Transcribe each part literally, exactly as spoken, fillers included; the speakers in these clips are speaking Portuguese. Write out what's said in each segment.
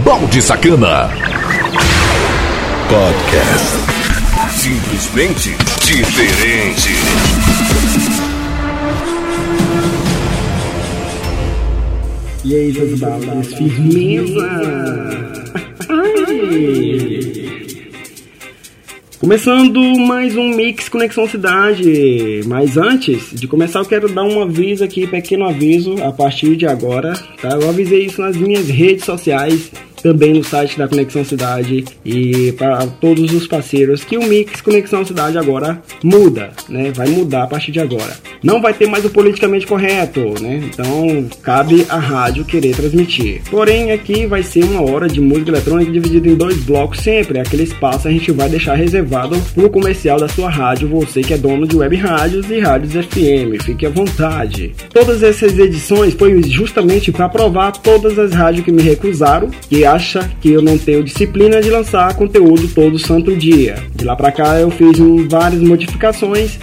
Balde Sacana Podcast. Simplesmente diferente. E aí, seus baldes, firmeza? Ai. Começando mais um Mix Conexão Cidade. Mas antes de começar, eu quero dar um aviso aqui, pequeno aviso, a partir de agora, tá? Eu avisei isso nas minhas redes sociais, também no site da Conexão Cidade, e para todos os parceiros que o Mix Conexão Cidade agora muda, né? Vai mudar a partir de agora. Não vai ter mais o politicamente correto, né? Então cabe à rádio querer transmitir. Porém, aqui vai ser uma hora de música eletrônica dividida em dois blocos sempre. Aquele espaço a gente vai deixar reservado para o comercial da sua rádio, você que é dono de web rádios e rádios F M. Fique à vontade. Todas essas edições foi justamente para provar todas as rádios que me recusaram, que acha que eu não tenho disciplina de lançar conteúdo todo santo dia. De lá pra cá eu fiz um, várias modificações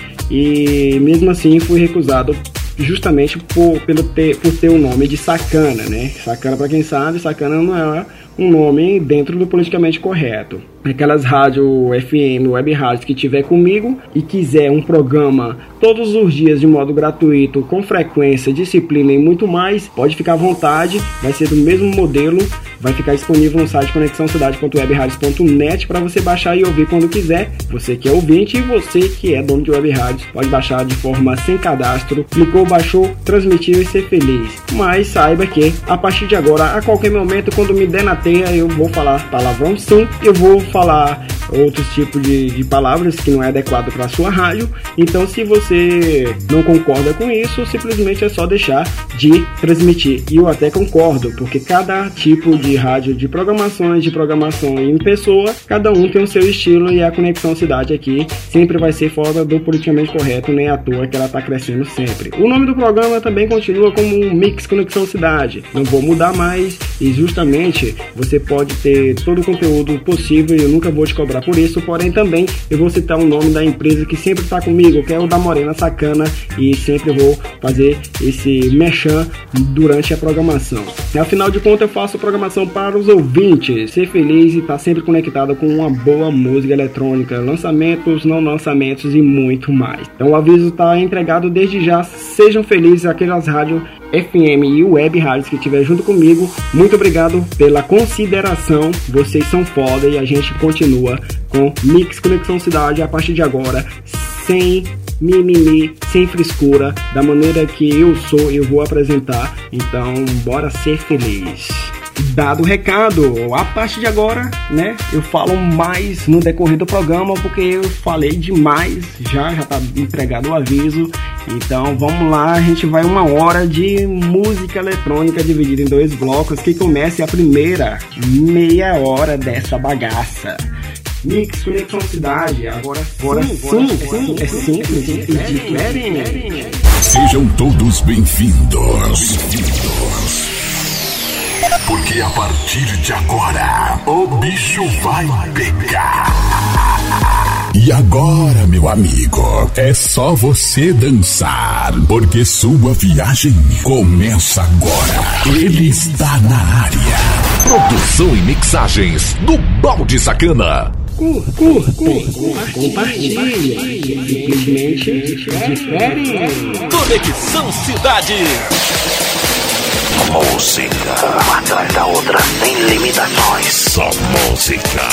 e mesmo assim fui recusado justamente por, pelo ter, por ter o nome de Sacana, né? Sacana, pra quem sabe, Sacana não é um nome dentro do politicamente correto. Aquelas rádio F M, web rádios que tiver comigo e quiser um programa todos os dias de modo gratuito, com frequência, disciplina e muito mais, pode ficar à vontade, vai ser do mesmo modelo, vai ficar disponível no site conexão cidade ponto web rádios ponto net para você baixar e ouvir quando quiser. Você que é ouvinte e você que é dono de web rádios pode baixar de forma sem cadastro, clicou, baixou, transmitiu e ser feliz. Mas saiba que a partir de agora, a qualquer momento, quando me der na teia, eu vou falar palavrão sim, eu vou falar outros tipos de, de palavras que não é adequado para a sua rádio. Então, se você não concorda com isso, simplesmente é só deixar de transmitir. E eu até concordo, porque cada tipo de rádio, de programações, de programação em pessoa, cada um tem o seu estilo, e a Conexão Cidade aqui sempre vai ser fora do politicamente correto, nem à toa que ela está crescendo sempre. O nome do programa também continua como um Mix Conexão Cidade, não vou mudar mais, e justamente você pode ter todo o conteúdo possível e eu nunca vou te cobrar por isso. Porém, também eu vou citar o nome da empresa que sempre está comigo, que é o da Morena Sacana, e sempre vou fazer esse merchan durante a programação. E, afinal de contas, eu faço programação para os ouvintes ser feliz e estar tá sempre conectado com uma boa música eletrônica, lançamentos, não lançamentos e muito mais. Então o aviso está entregado desde já. Sejam felizes aquelas rádios F M e web rádios que estiver junto comigo. Muito obrigado pela consideração, vocês são foda, e a gente continua com Mix Conexão Cidade a partir de agora, sem mimimi, sem frescura, da maneira que eu sou, eu vou apresentar. Então bora ser feliz. Dado o recado, a partir de agora, né, eu falo mais no decorrer do programa, porque eu falei demais, já, já tá entregado o aviso. Então vamos lá, a gente vai uma hora de música eletrônica dividida em dois blocos, que comece a primeira meia hora dessa bagaça. Mix Conexão Cidade, agora, agora sim, sim, sim, é simples e diferente. Sejam todos bem-vindos. Bem-vindos. Porque a partir de agora, o bicho vai pegar. E agora, meu amigo, é só você dançar, porque sua viagem começa agora. Ele está na área. Produção e mixagens do Balde Sacana. Curta, curta, compartilhe, simplesmente diferente. Conexão Cidade. Música, uma atrás da outra, sem limitações. Só música.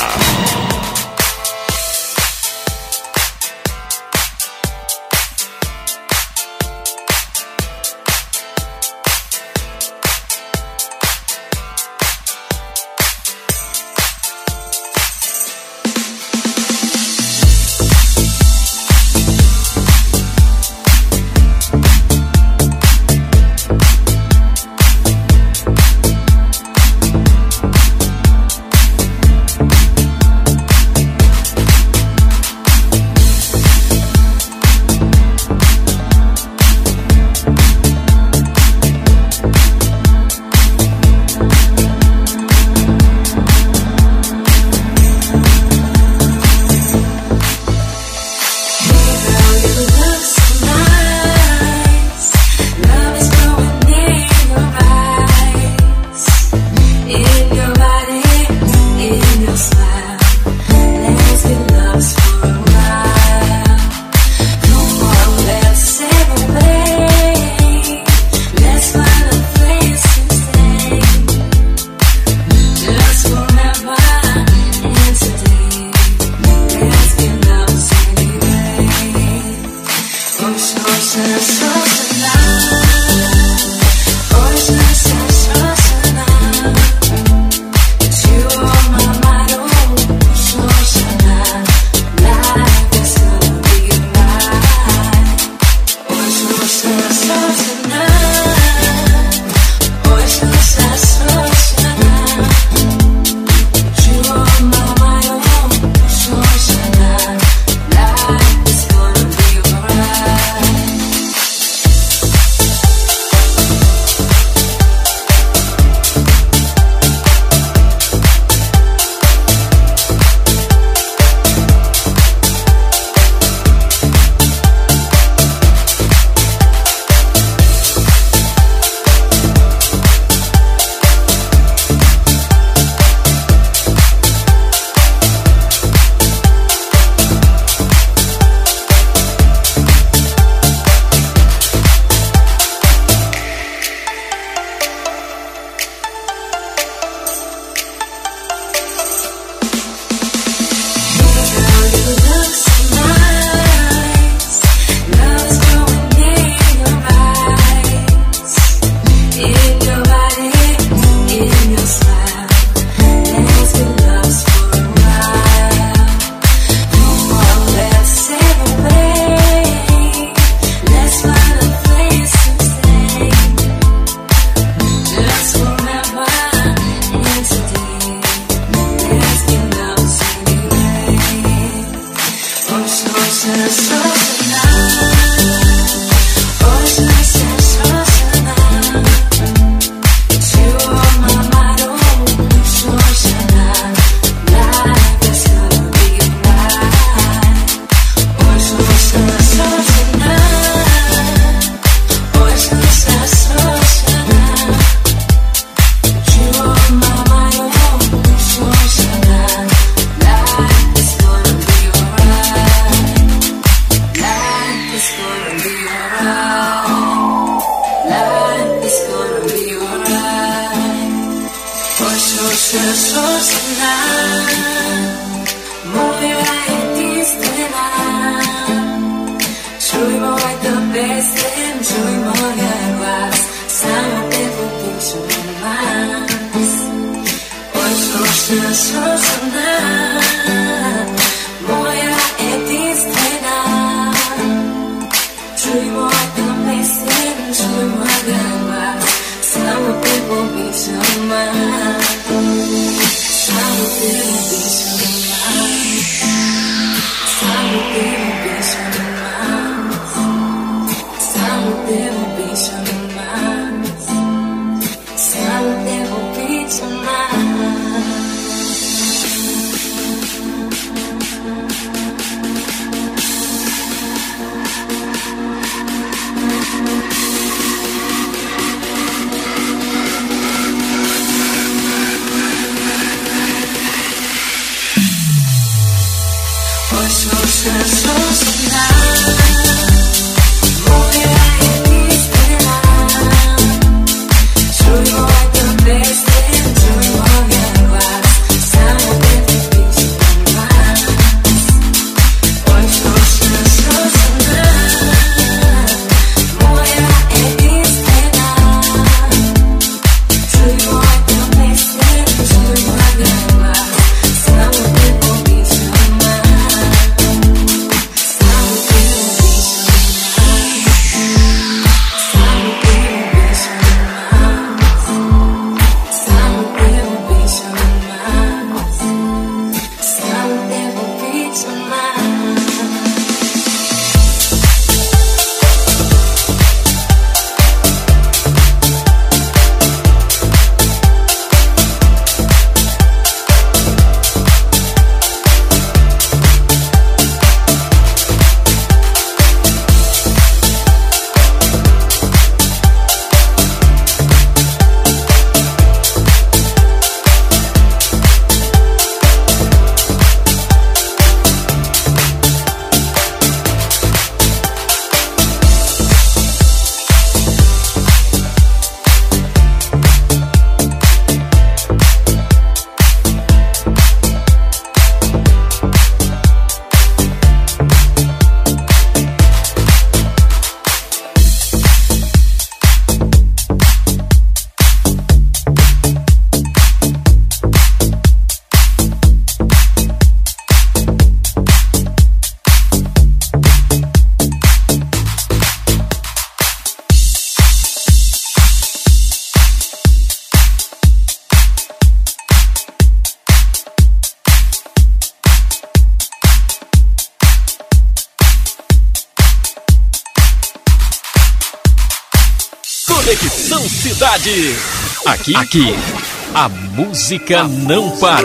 Conexão Cidade. Aqui, aqui, a música não para.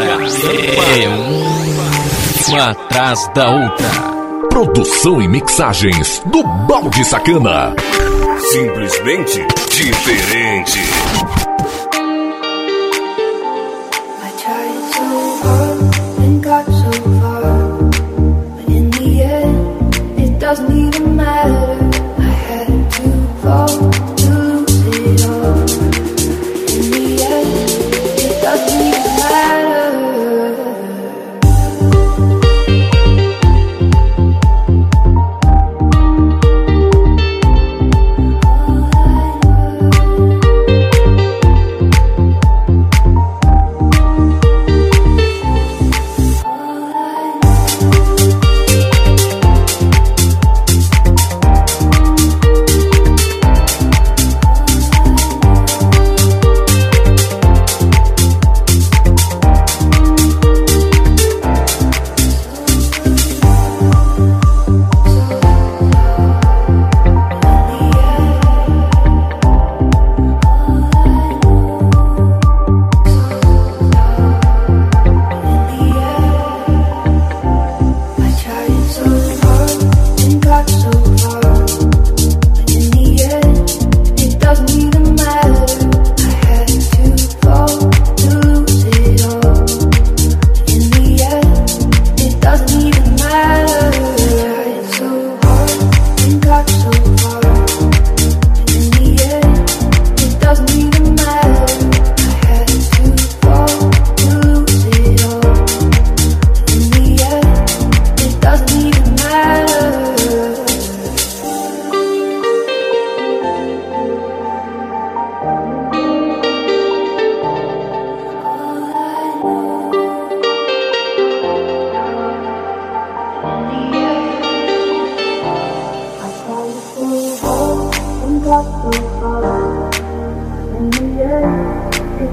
É uma atrás da outra. Produção e mixagens do Balde Sacana. Simplesmente diferente. Doesn't even matter. I had to fall to lose it all. In the end, it doesn't even matter.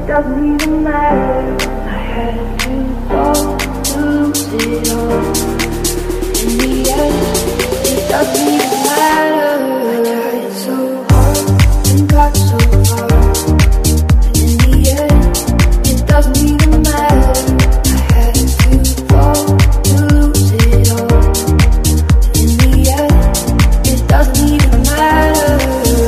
doesn't even matter. I had to fall to lose it all. In the end, it doesn't even matter. I tried so hard and got so far, and in the end, it doesn't even matter. I had to fall to lose it all. In the end, it doesn't even matter.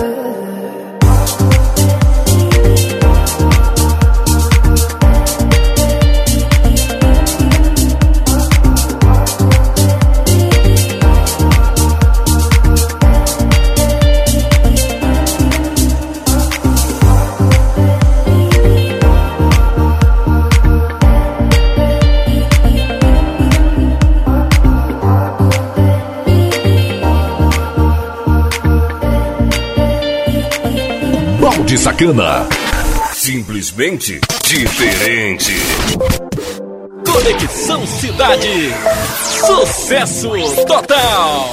Balde Sacana. Simplesmente diferente. Conexão Cidade. Sucesso total.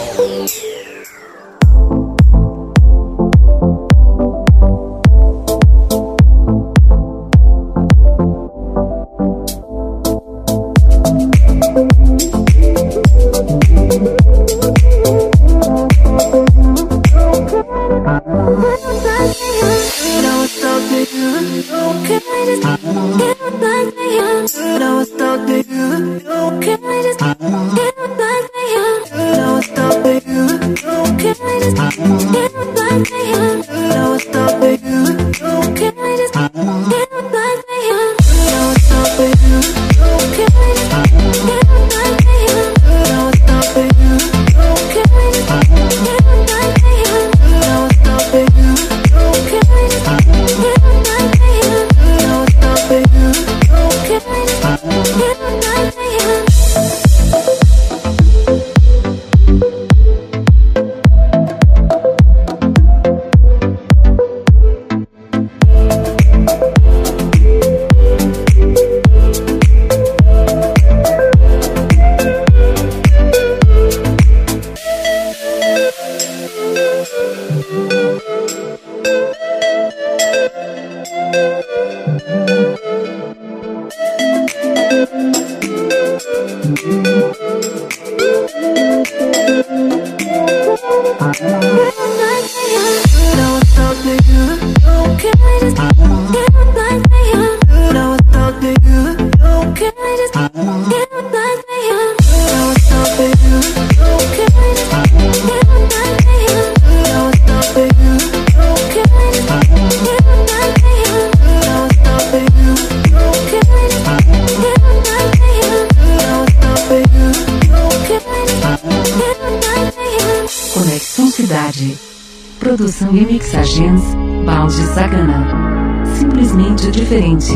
Conexão Cidade. Produção e mixagens, Balde Sacana. Simplesmente diferente.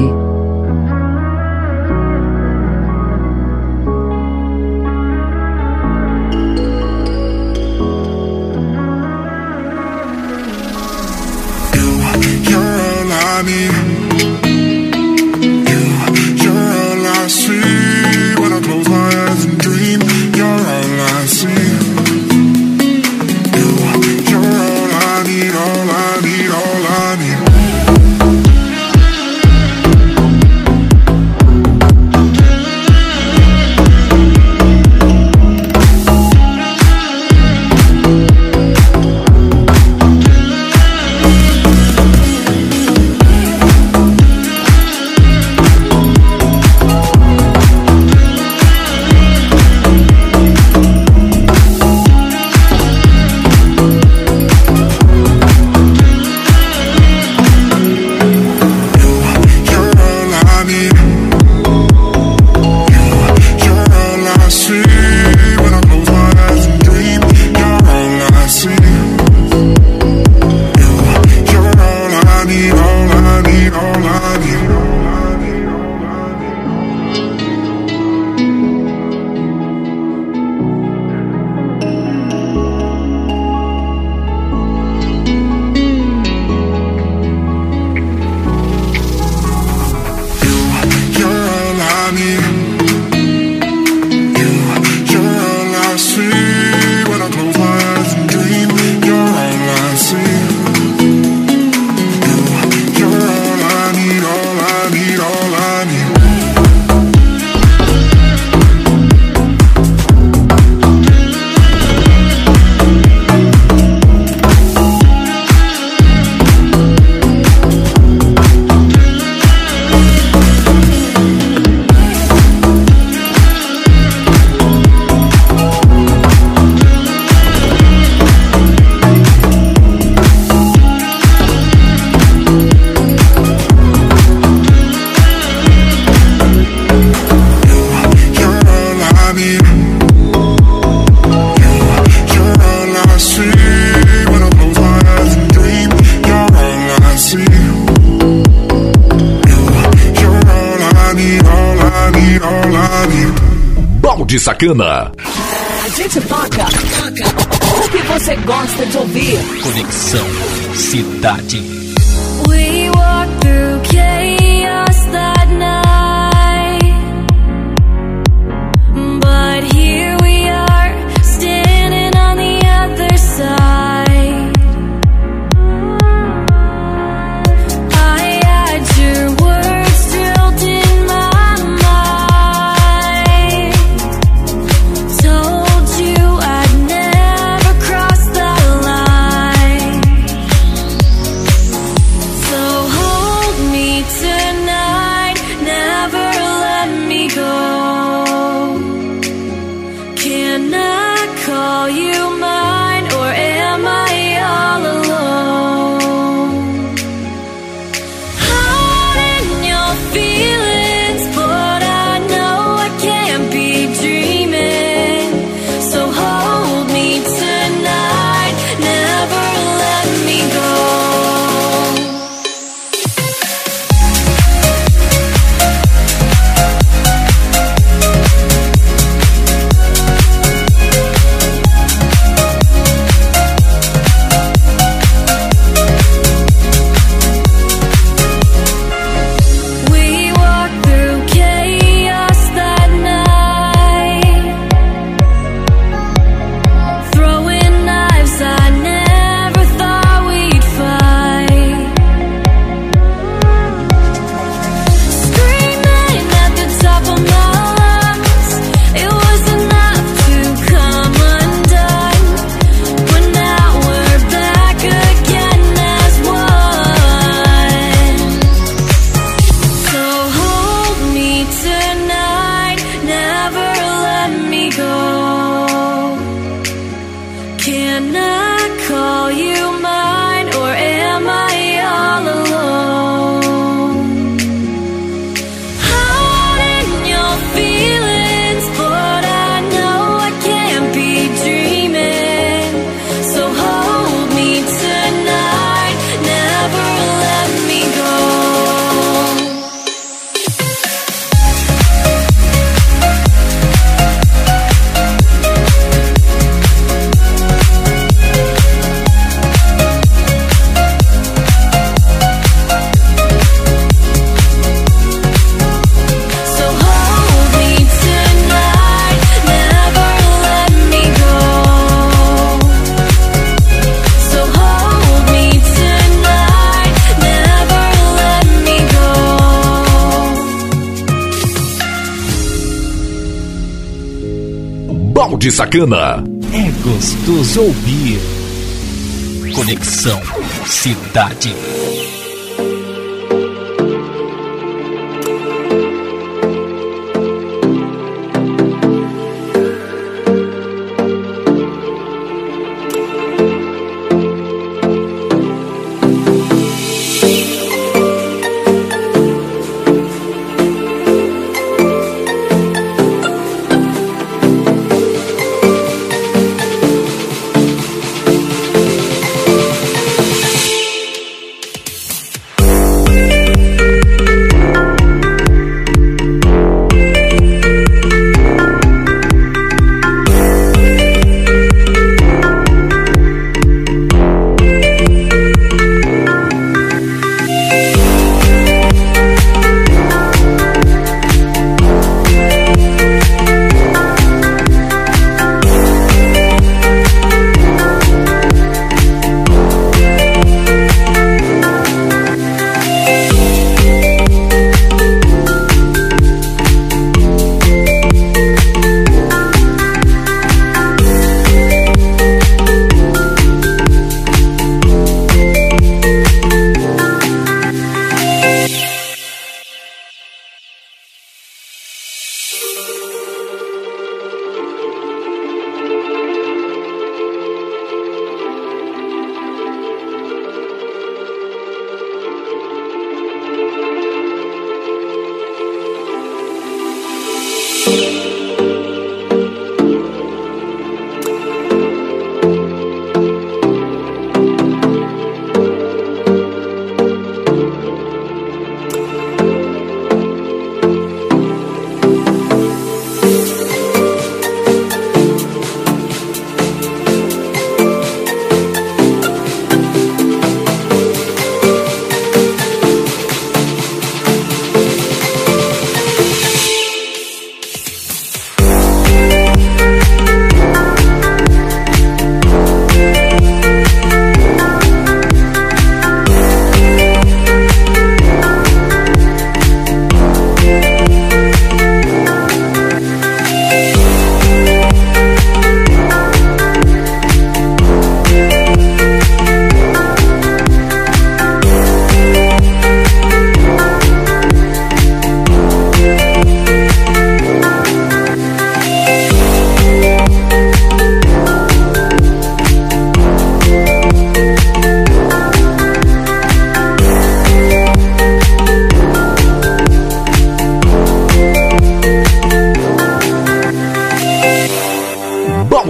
Balde Sacana. A gente toca o que você gosta de ouvir. Conexão Cidade. We walk through chaos that night, but here we are, standing on the other side. I had your words drilled in my mind, told you I'd never cross that line. So hold me tonight, never let me go. Can I call you mine, or am I all alone? Hiding your feelings, but I know I can't be dreaming. So hold me tonight, never let me go. We walk through chaos that night, throwing knives I never thought we'd fight, screaming at the top of my lungs. It was enough to come undone, but now we're back again as one. So hold me tonight, never let me go. Can I call you mine, or am I all alone? Hiding your feelings, but I know I can't be dreaming. So hold me tonight, never let me go. So hold me tonight, never let me go. So hold me tonight, never let me go. Balde Sacana. É gostoso ouvir. Conexão Cidade.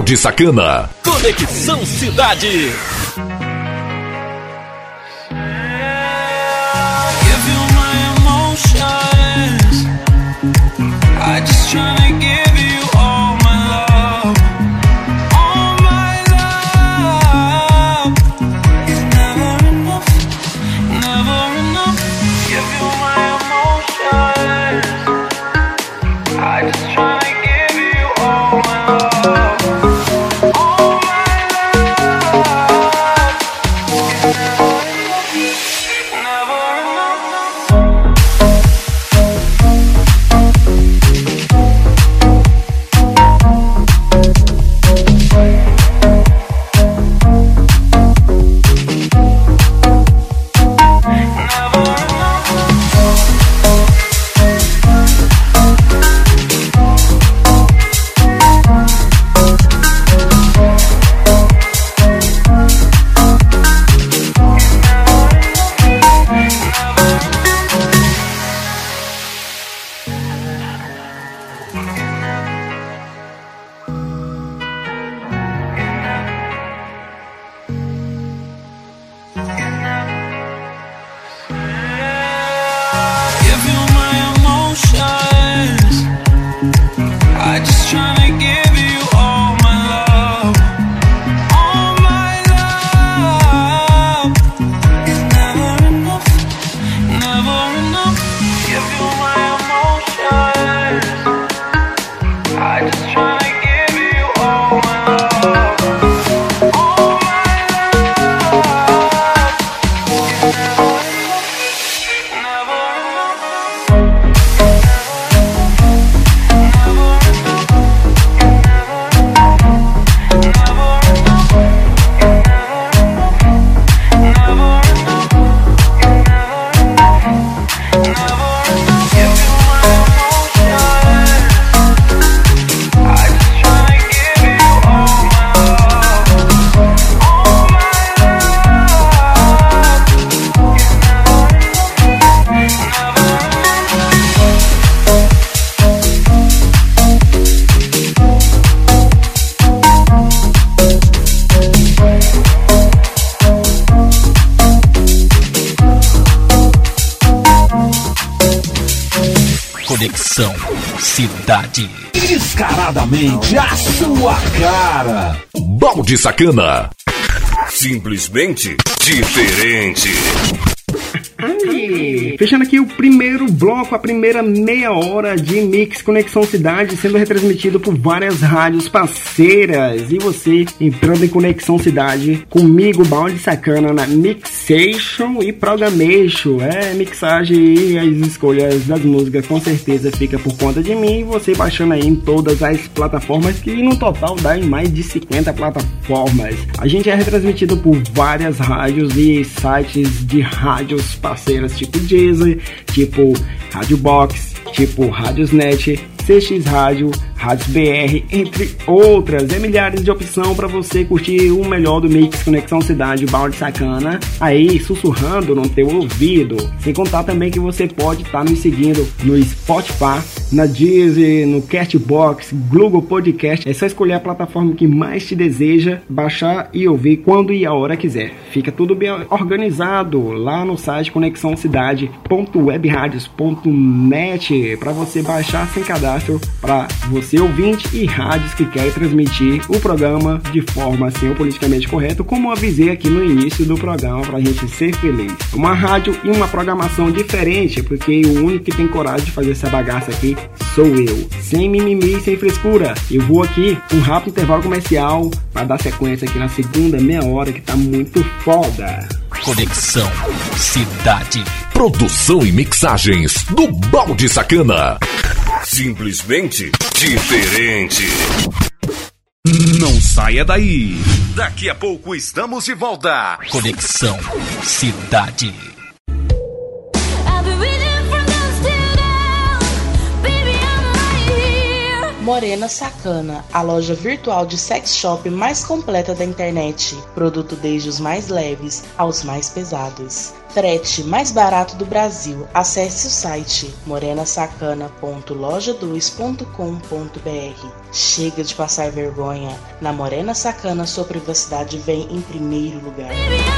Balde Sacana. Conexão Cidade. I just tryna give you all my love, all my love. It's never enough, never enough. Give you my emotions. I just tryna give you all my love, all my love. It's never enough, never enough. Conexão Cidade. Descaradamente a sua cara. Balde Sacana. Simplesmente diferente. Ai, fechando aqui o primeiro bloco, a primeira meia hora de Mix Conexão Cidade, sendo retransmitido por várias rádios parceiras. E você entrando em Conexão Cidade comigo, Balde Sacana, na Mixation e Programation. É, mixagem e as escolhas das músicas com certeza fica por conta de mim. E você baixando aí em todas as plataformas, que no total dá em mais de cinquenta plataformas. A gente é retransmitido por várias rádios e sites de rádios parceiras, tipo Deezer, tipo Rádio Box, tipo Radiosnet, C X Rádio, Rádios B R, entre outras. É milhares de opção para você curtir o melhor do Mix Conexão Cidade, Balde Sacana, aí sussurrando no teu ouvido. Sem contar também que você pode estar tá me seguindo no Spotify, na Deezer, no Castbox, Google Podcast. É só escolher a plataforma que mais te deseja, baixar e ouvir quando e a hora quiser. Fica tudo bem organizado lá no site conexão cidade ponto webradios ponto net para você baixar sem cadastro, para você ouvinte e rádios que querem transmitir o programa de forma assim, politicamente correto, como avisei aqui no início do programa, para a gente ser feliz. Uma rádio e uma programação diferente, porque o único que tem coragem de fazer essa bagaça aqui sou eu, sem mimimi, sem frescura. Eu vou aqui um rápido intervalo comercial para dar sequência aqui na segunda meia hora, que tá muito foda. Conexão Cidade. Produção e mixagens do Balde Sacana. Simplesmente diferente. Não saia daí. Daqui a pouco estamos de volta. Conexão Cidade. Morena Sacana, a loja virtual de sex shop mais completa da internet. Produto desde os mais leves aos mais pesados. Frete mais barato do Brasil. Acesse o site morena sacana ponto loja dois ponto com ponto b r. Chega de passar vergonha. Na Morena Sacana, sua privacidade vem em primeiro lugar.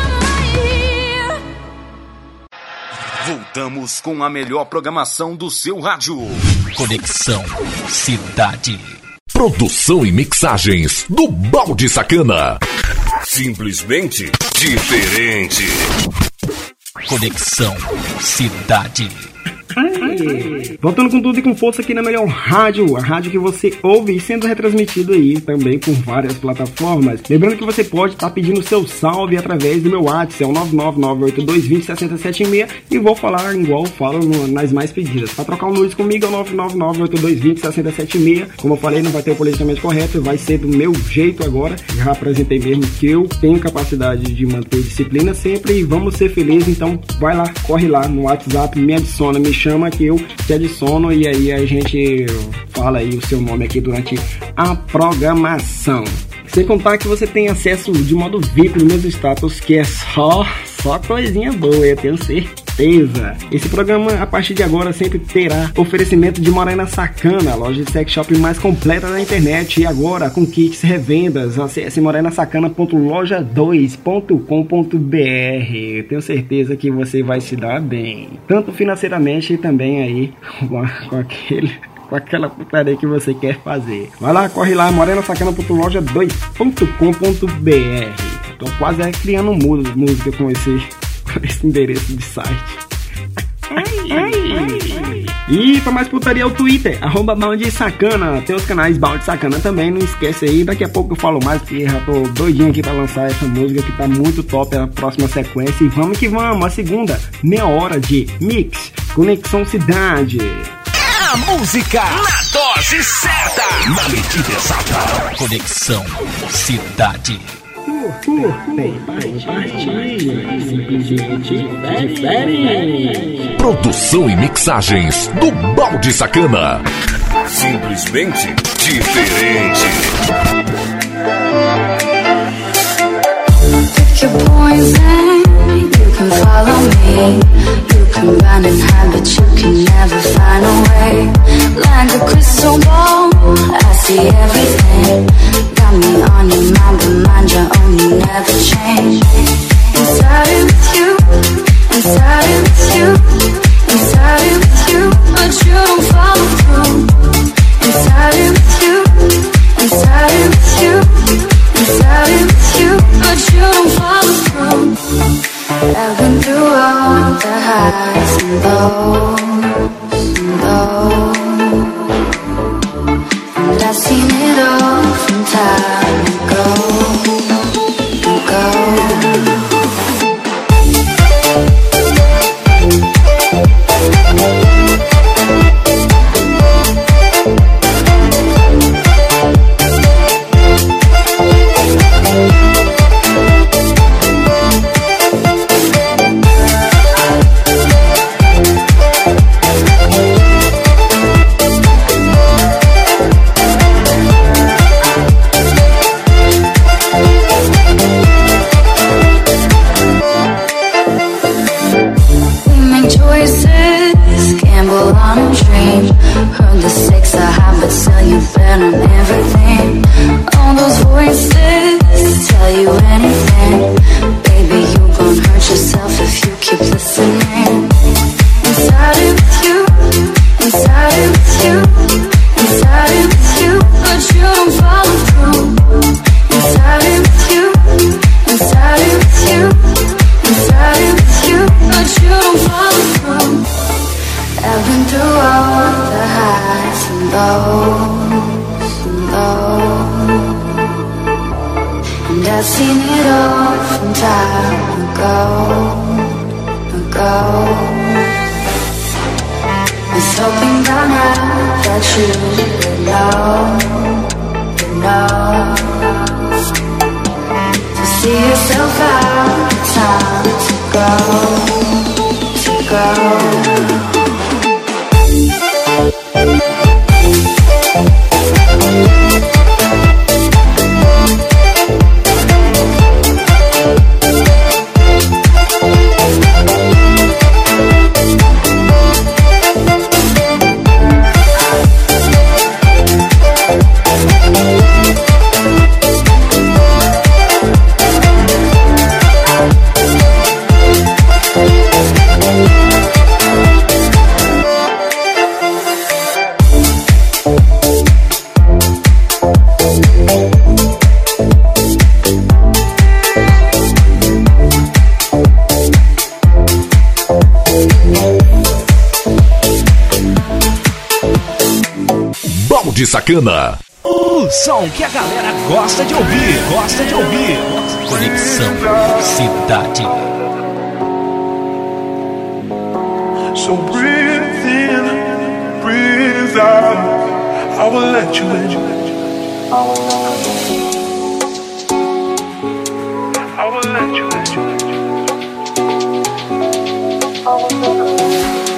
Voltamos com a melhor programação do seu rádio. Conexão Cidade. Produção e mixagens do Balde Sacana. Simplesmente diferente. Conexão Cidade. Ai. Voltando com tudo e com força aqui na melhor rádio, a rádio que você ouve e sendo retransmitido aí também por várias plataformas. Lembrando que você pode estar tá pedindo seu salve através do meu WhatsApp, é o nove nove nove oito dois dois zero seis sete seis, e vou falar igual eu falo no, nas mais pedidas. Para trocar um nudes comigo é o nove nove nove oito dois dois zero seis sete seis. Como eu falei, não vai ter o politicamente correto, vai ser do meu jeito agora. Já apresentei mesmo que eu tenho capacidade de manter disciplina sempre e vamos ser felizes. Então vai lá, corre lá no WhatsApp, me adiciona, me chama que eu te adiciono e aí a gente fala aí o seu nome aqui durante a programação. Sem contar que você tem acesso de modo V I P no meu status, que é só, só coisinha boa, eu tenho certeza. Esse programa, a partir de agora, sempre terá oferecimento de Morena Sacana, a loja de sex shop mais completa da internet. E agora, com kits revendas, acesse morena sacana ponto loja dois ponto com ponto b r. Tenho certeza que você vai se dar bem, tanto financeiramente e também aí com, a, com aquele... com aquela putaria que você quer fazer. Vai lá, corre lá, morena sacana ponto loja dois ponto com ponto b r. Tô quase é, criando música com esse, com esse endereço de site. Ai, ai, ai. E pra mais putaria é o Twitter, arroba Balde Sacana. Tem os canais Balde Sacana também, não esquece aí. Daqui a pouco eu falo mais, porque já tô doidinho aqui pra lançar essa música que tá muito top, é a próxima sequência. E vamos que vamos, a segunda meia hora de mix, Conexão Cidade. A música na dose certa, na medida exata. Conexão Cidade. Produção e mixagens do Balde Sacana. Simplesmente diferente. Pick your poison, you can follow me. You can run and hide, but you can never find a way. Like a crystal ball, I see everything. Got me on your mind, but mind your own, you never change. Inside it with you, inside it with you, inside it with you, but you don't follow through. Inside it with you, inside it with you, inside it with you, but you don't follow through. I've been through all the highs and lows, and lows, and I've seen it all from time ago, ago. Go. Balde Sacana. O som que a galera gosta de ouvir, gosta de ouvir. Conexão Cidade. So breathe in, breathe out. I will let you in. I will let you in. I will let you in.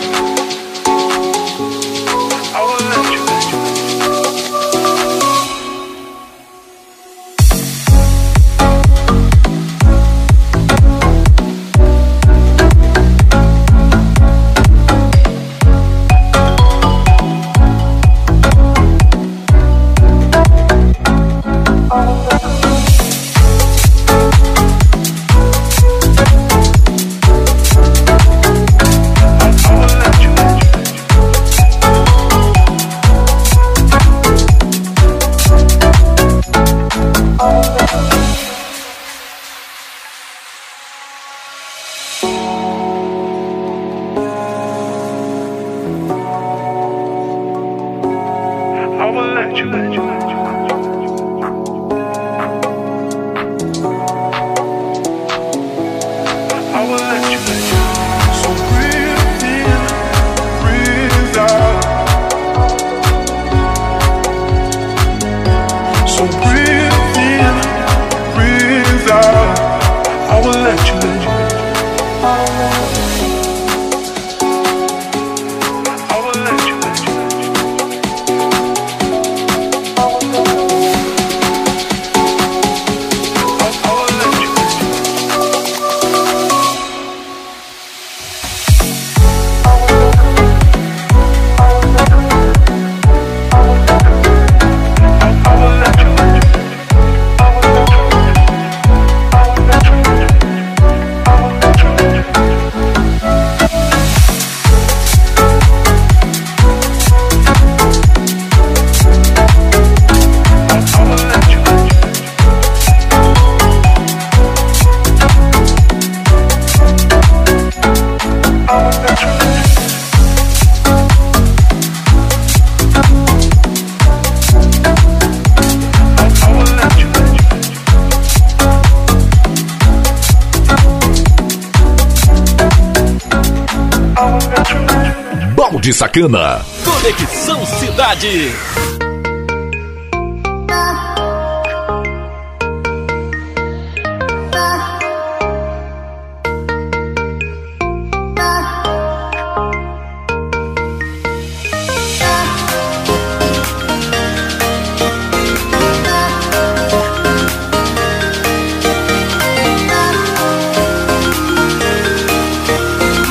Balde Sacana. Conexão Cidade.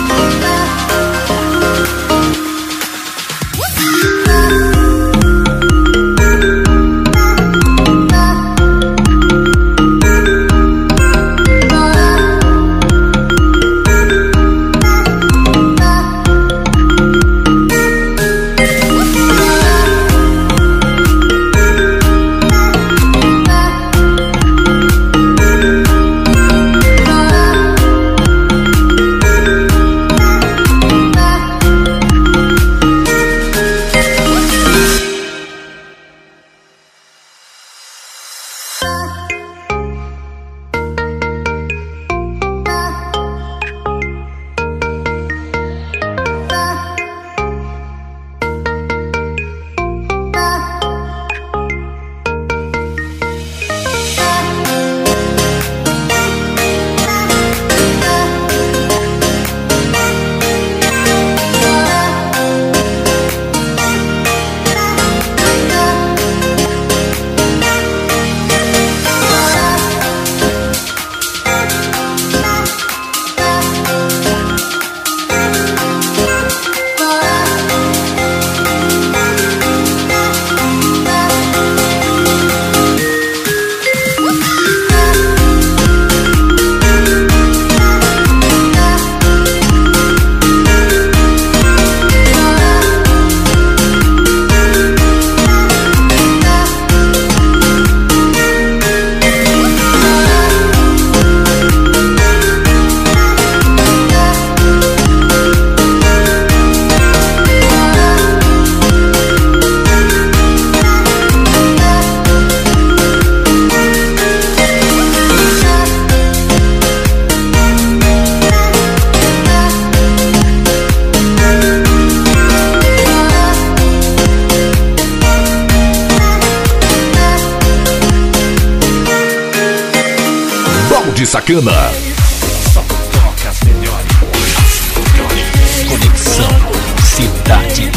We'll be right back. Sacana. Só toca as melhores. As melhores. Conexão Cidade.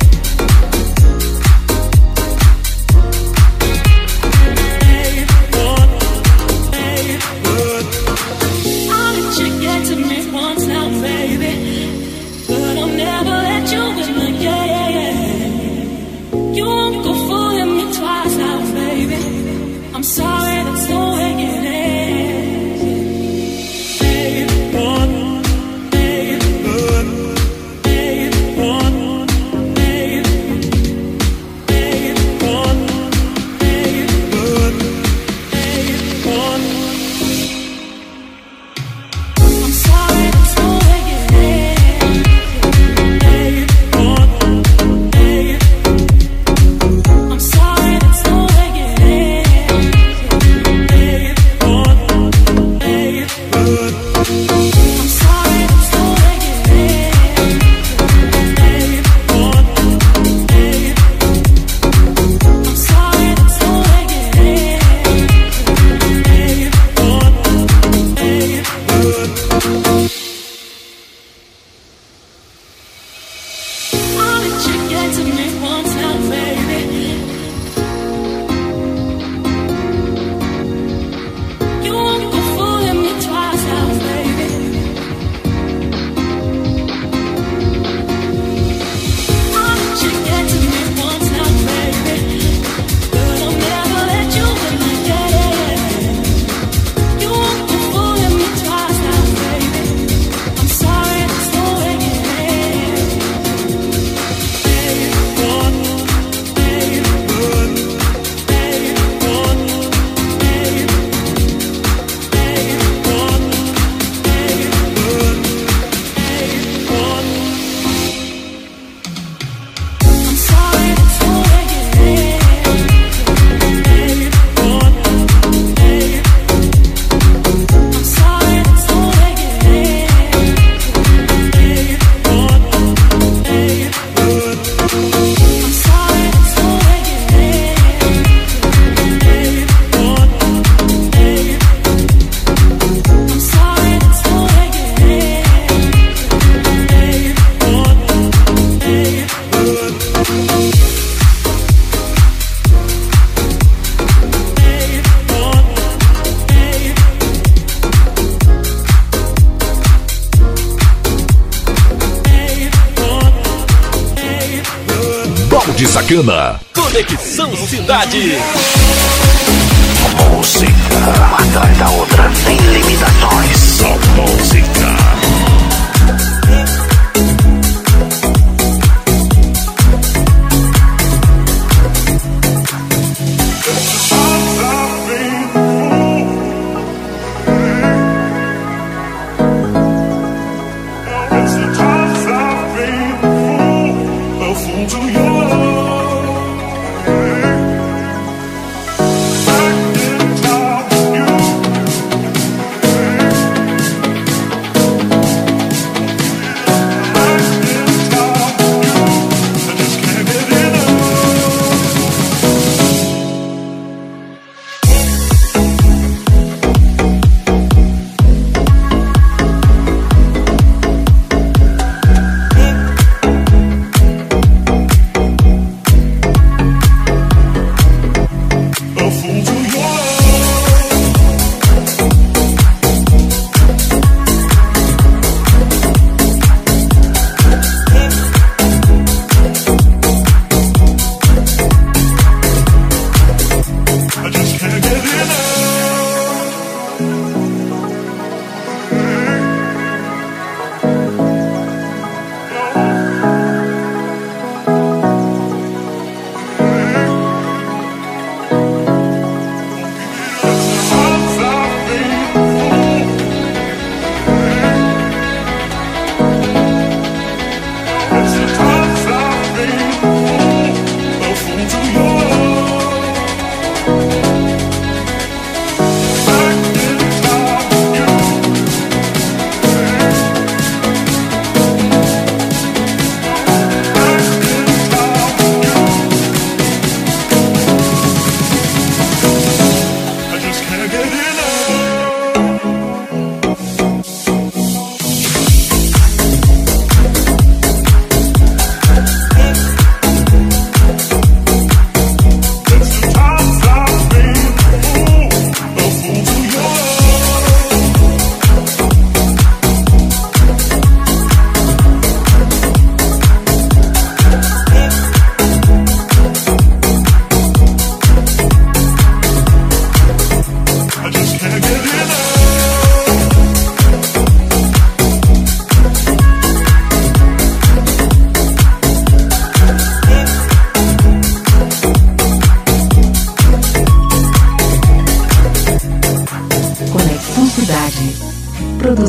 De Sacana. Conexão Cidade. Música, uma atrás da outra, sem limitações. Só música.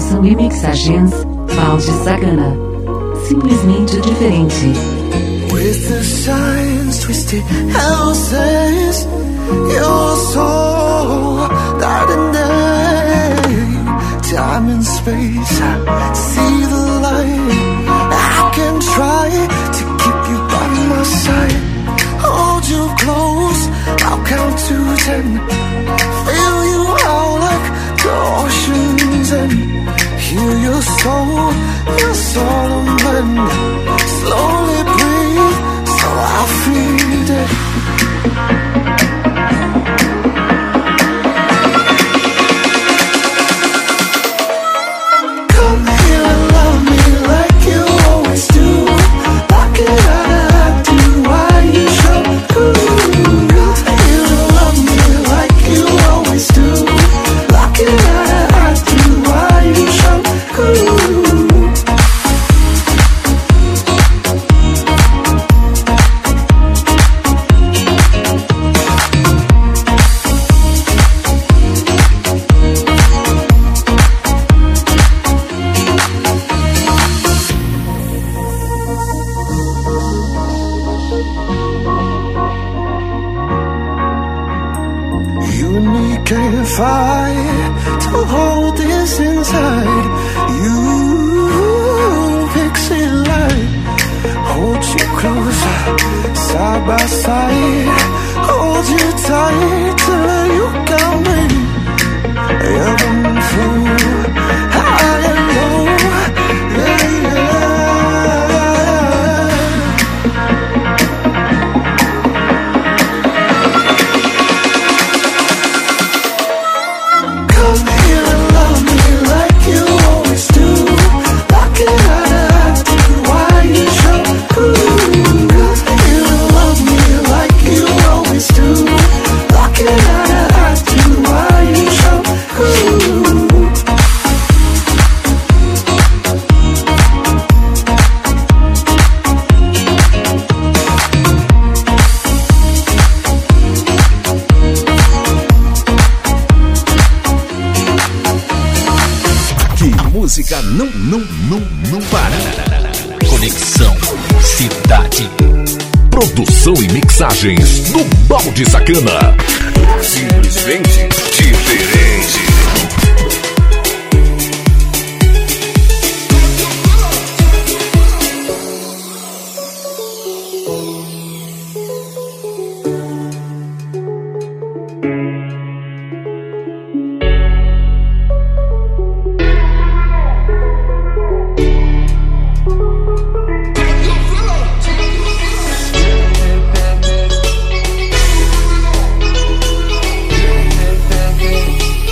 Produção e mixagens, Balde Sagana. Simplesmente diferente. With the signs, twisted houses, your soul, night and day, time and space, see the light. I can try to keep you by my side, hold you close, I'll count to ten, feel you out like the ocean's end. Hear your soul, your soul unbend, slowly breathe, so I'll feed it. Come here and love me like you always do. Lock it out and I do why you show. Come here and love me like you always do. Lock it out and I do why you show. You and me can't fight to hold this inside. You pixie light, hold you closer, side by side, hold you tight till you got me. Ebb and flow, high and low, yeah, yeah. Come here and love me like you always do. Lock it out and I do why you show. Come here and love me like you always do. Lock it out and I do why you show. Que a música não, não, não, não para. Conexão Cidade. Produção e mixagens do Balde Sacana. Simplesmente diferente. Come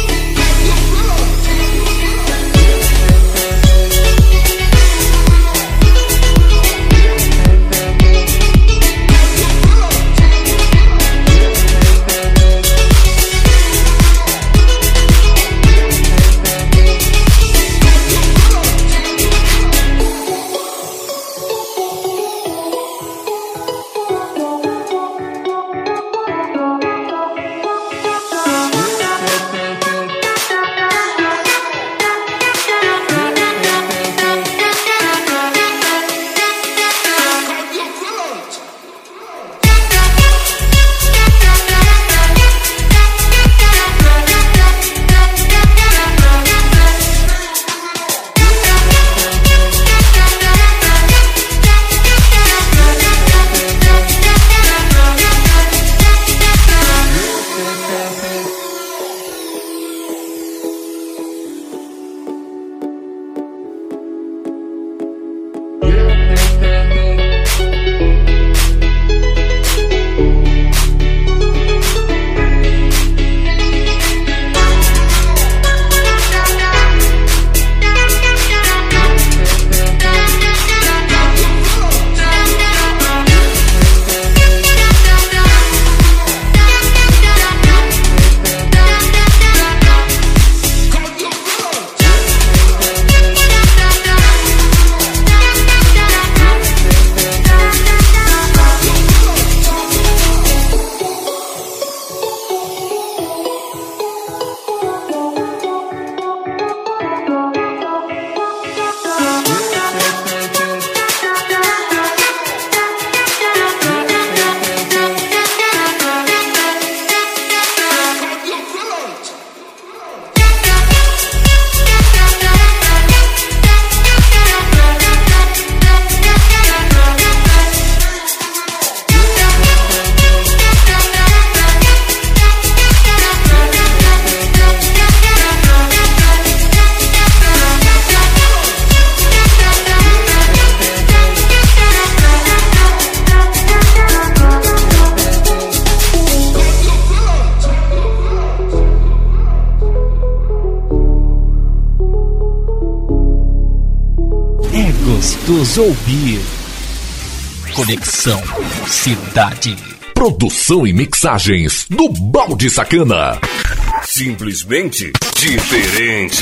ouvir. Conexão Cidade. Produção e mixagens do Balde Sacana. Simplesmente diferente.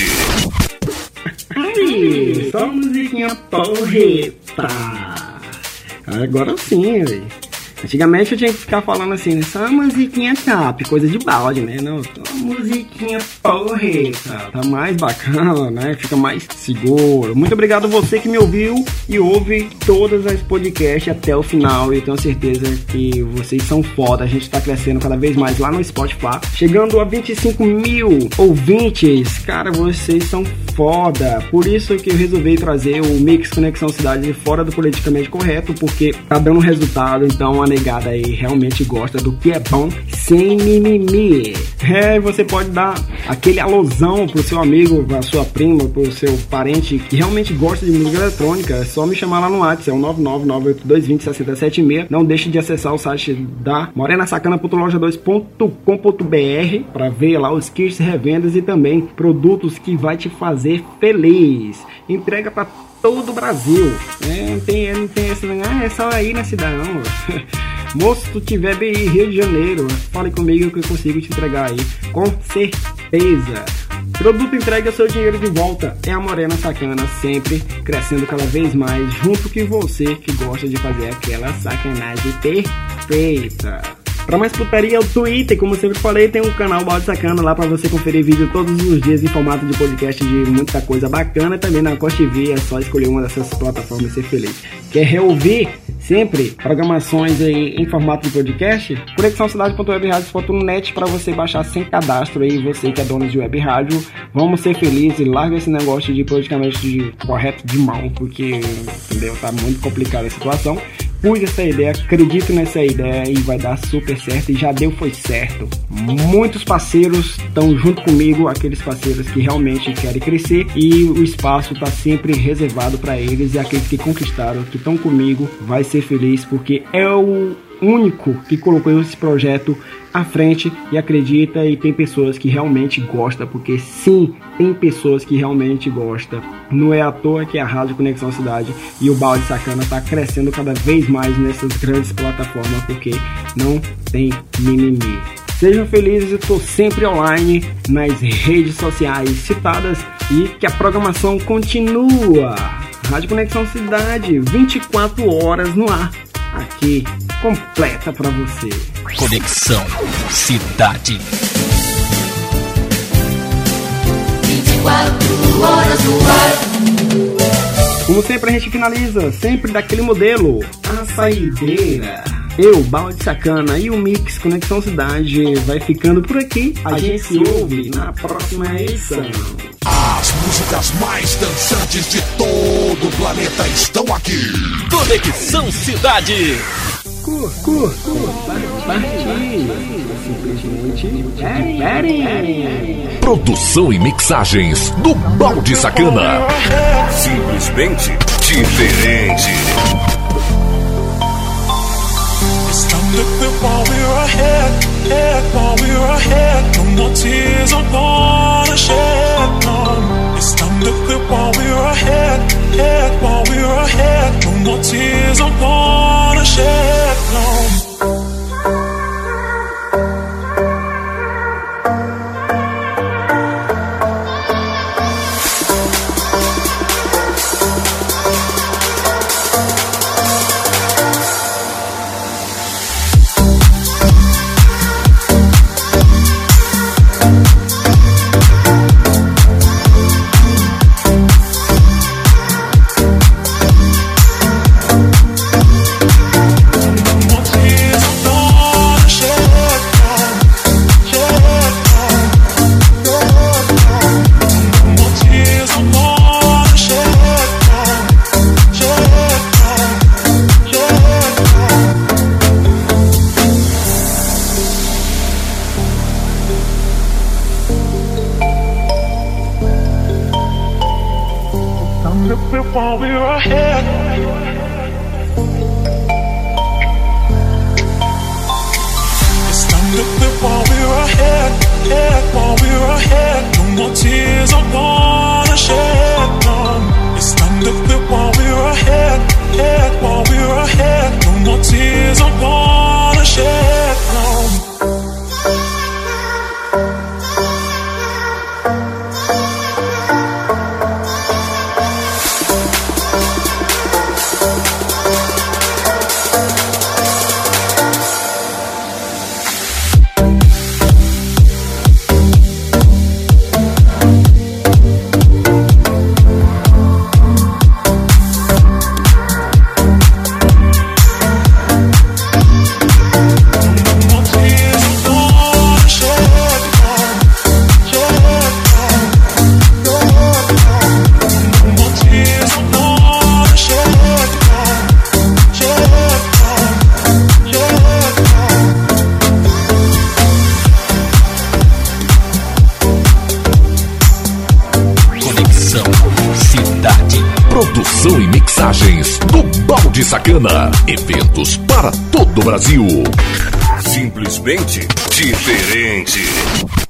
Ai, só musiquinha porreta. Agora sim, velho. Antigamente eu tinha que ficar falando assim, né? Só musiquinha top, coisa de balde, né? Não, só musiquinha porreta. Tá mais bacana, né? Fica mais seguro. Muito obrigado a você que me ouviu e ouve todas as podcasts até o final. E eu tenho certeza que vocês são foda. A gente tá crescendo cada vez mais lá no Spotify. Chegando a vinte e cinco mil ouvintes. Cara, vocês são foda. Por isso que eu resolvi trazer o Mix Conexão Cidade fora do politicamente correto, porque tá dando resultado. Então a negada aí realmente gosta do que é bom, sem mimimi. É, você pode dar aquele alusão pro seu amigo, pra sua prima, pro seu parente que realmente gosta de música eletrônica. É só me chamar lá no WhatsApp, é o nove nove nove oito dois dois zero seis sete seis. Não deixe de acessar o site da morena sacana ponto loja dois ponto com ponto b r para ver lá os kits, revendas e também produtos que vai te fazer feliz. Entrega para todo o Brasil. É, não tem, não tem essa, ah, é só aí na cidade, não. Moço, se tu tiver bem em Rio de Janeiro, fale comigo que eu consigo te entregar aí, com certeza. Produto entrega seu dinheiro de volta. É a Morena Sacana, sempre crescendo cada vez mais, junto com você que gosta de fazer aquela sacanagem perfeita. Para mais putaria, o Twitter, como eu sempre falei, tem um canal Balde Sacana lá para você conferir vídeo todos os dias em formato de podcast de muita coisa bacana. Também na Costa T V, é só escolher uma dessas plataformas e ser feliz. Quer reouvir sempre programações aí em formato de podcast? conexão cidade ponto web rádio ponto net para você baixar sem cadastro aí, você que é dono de web rádio. Vamos ser felizes e larga esse negócio de politicamente de correto de mão, porque, entendeu? Tá muito complicada a situação. Pus essa ideia, acredito nessa ideia e vai dar super certo, e já deu, foi certo. Muitos parceiros estão junto comigo, aqueles parceiros que realmente querem crescer, e o espaço está sempre reservado para eles, e aqueles que conquistaram, que estão comigo, vai ser feliz, porque é o único que colocou esse projeto à frente e acredita, e tem pessoas que realmente gostam, porque sim, tem pessoas que realmente gostam. Não é à toa que a Rádio Conexão Cidade e o Balde Sacana está crescendo cada vez mais nessas grandes plataformas, porque não tem mimimi. Sejam felizes, eu estou sempre online nas redes sociais citadas, e que a programação continua. Rádio Conexão Cidade, vinte e quatro horas no ar, aqui, completa pra você. Conexão Cidade. vinte e quatro horas no ar. Como sempre a gente finaliza, sempre daquele modelo, a saideira. Eu, Balde Sacana e o Mix Conexão Cidade vai ficando por aqui. A, a gente se ouve na próxima edição. As músicas mais dançantes de todo o planeta estão aqui. Conexão Cidade. Cur, cur, cur, partir. Simplesmente diferente. Produção e mixagens do Balde Sacana. Simplesmente diferente. It's time to quit while we're ahead, head, while we're ahead. No more tears I wanna shed, no. It's time to quit while we're ahead, head, while we're ahead. No more tears I wanna shed, no. While we're ahead, it's time to quit while we're ahead, head, while we're ahead. No more tears I wanna shed, no. It's time to quit while we're ahead, Produção e mixagens do Balde Sacana. Eventos para todo o Brasil. Simplesmente diferente.